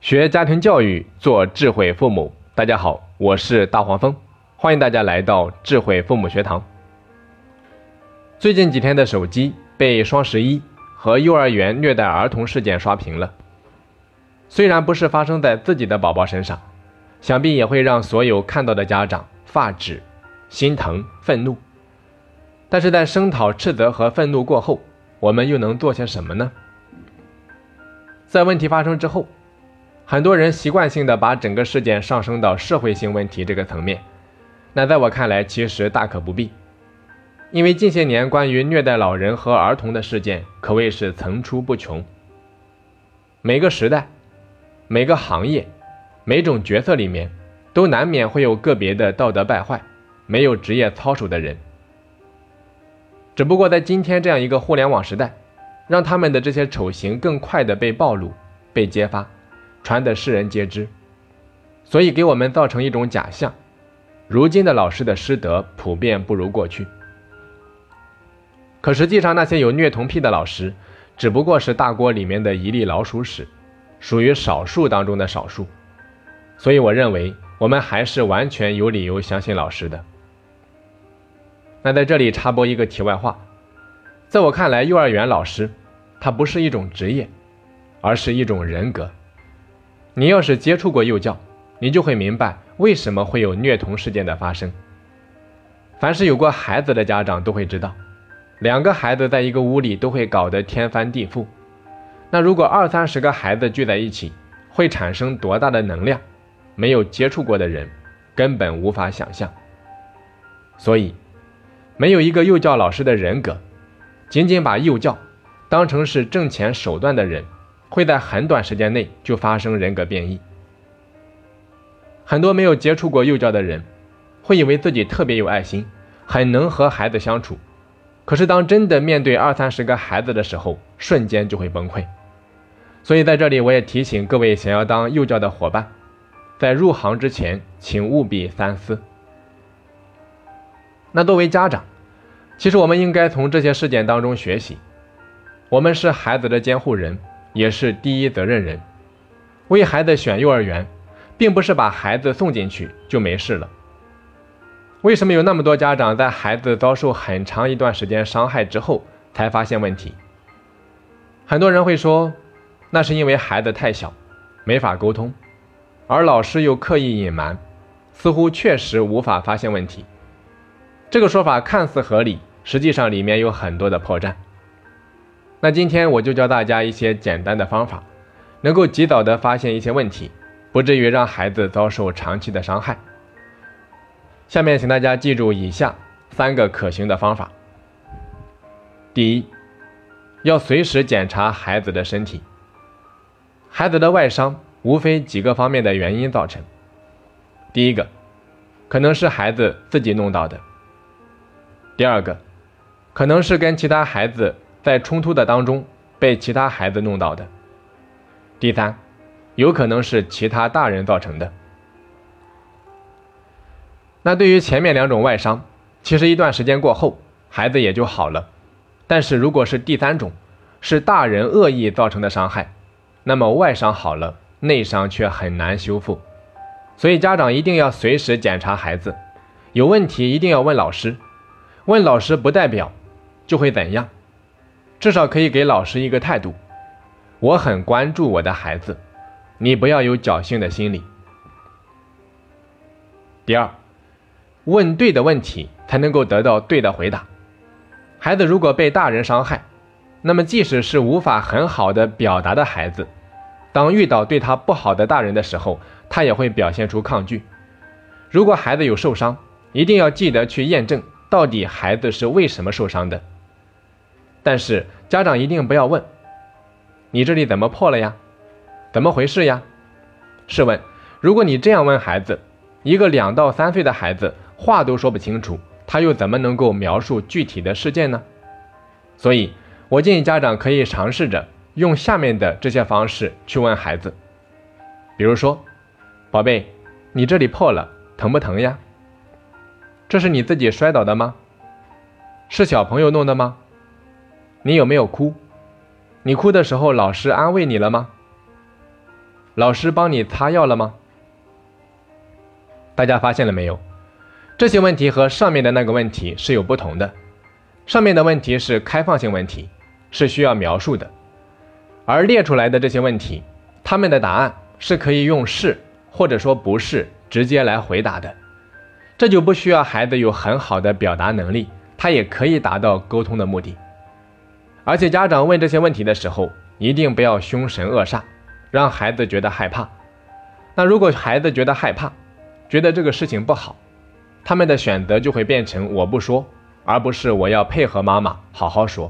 学家庭教育，做智慧父母。大家好，我是大黄蜂，欢迎大家来到智慧父母学堂。最近几天的手机被双11和幼儿园虐待儿童事件刷屏了。虽然不是发生在自己的宝宝身上，想必也会让所有看到的家长发指、心疼、愤怒。但是在声讨、斥责和愤怒过后，我们又能做些什么呢？在问题发生之后，很多人习惯性的把整个事件上升到社会性问题这个层面，那在我看来其实大可不必。因为近些年关于虐待老人和儿童的事件可谓是层出不穷。每个时代、每个行业、每种角色里面都难免会有个别的道德败坏、没有职业操守的人。只不过在今天这样一个互联网时代，让他们的这些丑行更快的被暴露、被揭发，传得世人皆知，所以给我们造成一种假象，如今的老师的师德普遍不如过去。可实际上那些有虐童癖的老师只不过是大锅里面的一粒老鼠屎，属于少数当中的少数，所以我认为我们还是完全有理由相信老师的。那在这里插播一个题外话，在我看来，幼儿园老师它不是一种职业，而是一种人格。你要是接触过幼教，你就会明白为什么会有虐童事件的发生。凡是有过孩子的家长都会知道，两个孩子在一个屋里都会搞得天翻地覆。那如果20-30个孩子聚在一起，会产生多大的能量，没有接触过的人根本无法想象。所以没有一个幼教老师的人格，仅仅把幼教当成是挣钱手段的人，会在很短时间内就发生人格变异。很多没有接触过幼教的人会以为自己特别有爱心，很能和孩子相处，可是当真的面对20-30个孩子的时候，瞬间就会崩溃。所以在这里我也提醒各位想要当幼教的伙伴，在入行之前请务必三思。那作为家长，其实我们应该从这些事件当中学习，我们是孩子的监护人，也是第一责任人。为孩子选幼儿园，并不是把孩子送进去就没事了。为什么有那么多家长在孩子遭受很长一段时间伤害之后才发现问题？很多人会说，那是因为孩子太小，没法沟通，而老师又刻意隐瞒，似乎确实无法发现问题。这个说法看似合理，实际上里面有很多的破绽。那今天我就教大家一些简单的方法，能够及早的发现一些问题，不至于让孩子遭受长期的伤害。下面请大家记住以下3个可行的方法。第一，要随时检查孩子的身体。孩子的外伤无非几个方面的原因造成。第一个，可能是孩子自己弄到的。第二个，可能是跟其他孩子在冲突的当中被其他孩子弄到的。第三，有可能是其他大人造成的。那对于前面2种外伤，其实一段时间过后孩子也就好了。但是如果是第3种，是大人恶意造成的伤害，那么外伤好了，内伤却很难修复。所以家长一定要随时检查孩子，有问题一定要问老师，问老师不代表就会怎样，至少可以给老师一个态度，我很关注我的孩子，你不要有侥幸的心理。第二，问对的问题才能够得到对的回答。孩子如果被大人伤害，那么即使是无法很好的表达的孩子，当遇到对他不好的大人的时候，他也会表现出抗拒。如果孩子有受伤，一定要记得去验证到底孩子是为什么受伤的。但是家长一定不要问，你这里怎么破了呀？怎么回事呀？试问，如果你这样问孩子，一个2到3岁的孩子话都说不清楚，他又怎么能够描述具体的事件呢？所以我建议家长可以尝试着用下面的这些方式去问孩子。比如说，宝贝，你这里破了，疼不疼呀？这是你自己摔倒的吗？是小朋友弄的吗？你有没有哭？你哭的时候老师安慰你了吗？ 老师帮你擦药了吗？大家发现了没有？这些问题和上面的那个问题是有不同的。上面的问题是开放性问题，是需要描述的，而列出来的这些问题，它们的答案是可以用是或者说不是直接来回答的，这就不需要孩子有很好的表达能力，他也可以达到沟通的目的。而且家长问这些问题的时候，一定不要凶神恶煞，让孩子觉得害怕。那如果孩子觉得害怕，觉得这个事情不好，他们的选择就会变成我不说，而不是我要配合妈妈好好说。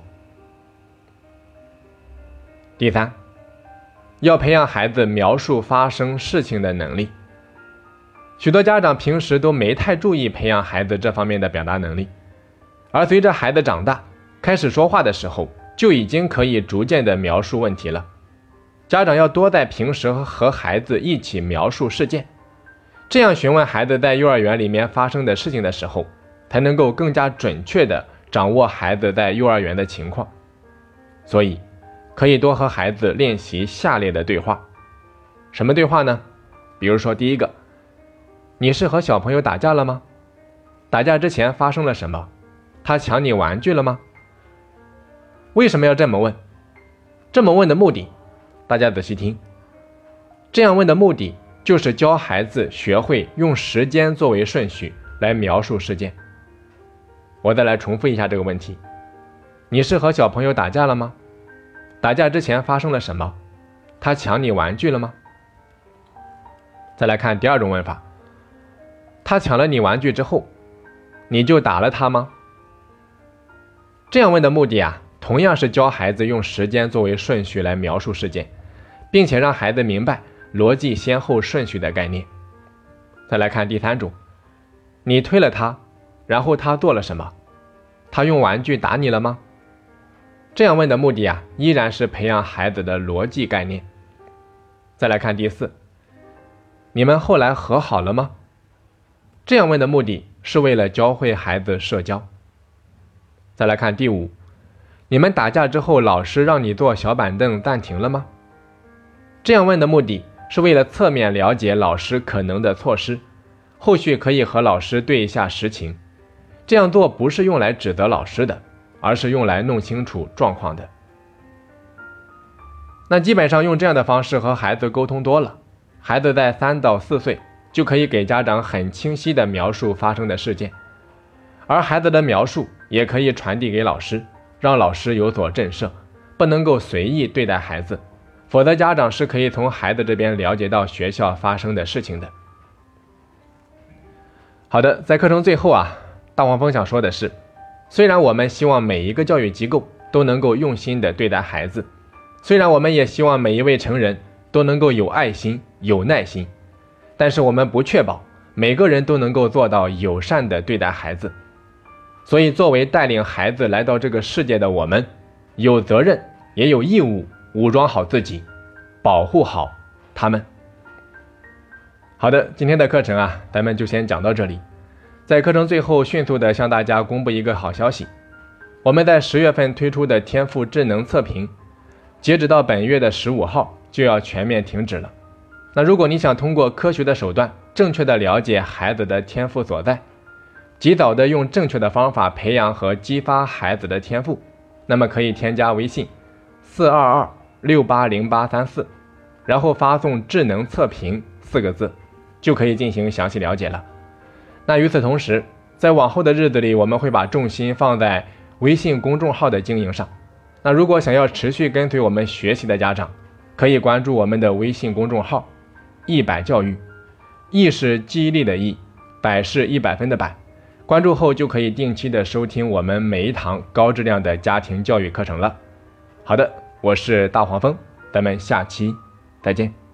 第三，要培养孩子描述发生事情的能力。许多家长平时都没太注意培养孩子这方面的表达能力，而随着孩子长大，开始说话的时候，就已经可以逐渐的描述问题了。家长要多在平时和孩子一起描述事件，这样询问孩子在幼儿园里面发生的事情的时候，才能够更加准确地掌握孩子在幼儿园的情况。所以可以多和孩子练习下列的对话。什么对话呢？比如说第一个，你是和小朋友打架了吗？打架之前发生了什么？他抢你玩具了吗？为什么要这么问？这么问的目的，大家仔细听，这样问的目的就是教孩子学会用时间作为顺序来描述事件。我再来重复一下这个问题，你是和小朋友打架了吗？打架之前发生了什么？他抢你玩具了吗？再来看第二种问法，他抢了你玩具之后，你就打了他吗？这样问的目的同样是教孩子用时间作为顺序来描述事件，并且让孩子明白逻辑先后顺序的概念。再来看第三种，你推了他，然后他做了什么？他用玩具打你了吗？这样问的目的依然是培养孩子的逻辑概念。再来看第四，你们后来和好了吗？这样问的目的是为了教会孩子社交。再来看第五，你们打架之后老师让你坐小板凳暂停了吗？这样问的目的是为了侧面了解老师可能的措施，后续可以和老师对一下实情。这样做不是用来指责老师的，而是用来弄清楚状况的。那基本上用这样的方式和孩子沟通多了，孩子在3到4岁就可以给家长很清晰地描述发生的事件，而孩子的描述也可以传递给老师，让老师有所震慑，不能够随意对待孩子，否则家长是可以从孩子这边了解到学校发生的事情的。好的，在课程最后大黄蜂想说的是，虽然我们希望每一个教育机构都能够用心地对待孩子，虽然我们也希望每一位成人都能够有爱心有耐心，但是我们不确保每个人都能够做到友善地对待孩子。所以作为带领孩子来到这个世界的我们，有责任也有义务武装好自己，保护好他们。好的，今天的课程咱们就先讲到这里。在课程最后迅速的向大家公布一个好消息，我们在10月份推出的天赋智能测评，截止到本月的15号就要全面停止了。那如果你想通过科学的手段正确的了解孩子的天赋所在，及早的用正确的方法培养和激发孩子的天赋，那么可以添加微信422680834，然后发送智能测评4个字，就可以进行详细了解了。那与此同时，在往后的日子里，我们会把重心放在微信公众号的经营上。那如果想要持续跟随我们学习的家长，可以关注我们的微信公众号100教育，意是记忆力的意，百是100分的百。关注后就可以定期的收听我们每一堂高质量的家庭教育课程了。好的，我是大黄蜂，咱们下期再见。